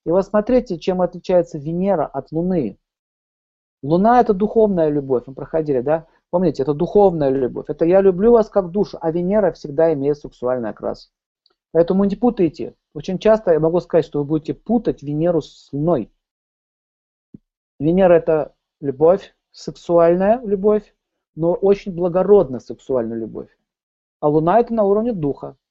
И вот смотрите, чем отличается Венера от Луны. Луна – это духовная любовь, мы проходили, да? Помните, это духовная любовь. Это я люблю вас как душу, а Венера всегда имеет сексуальный окрас. Поэтому не путайте. Очень часто я могу сказать, что вы будете путать Венеру с Луной. Венера – это любовь, сексуальная любовь, но очень благородная сексуальная любовь. А Луна – это на уровне духа.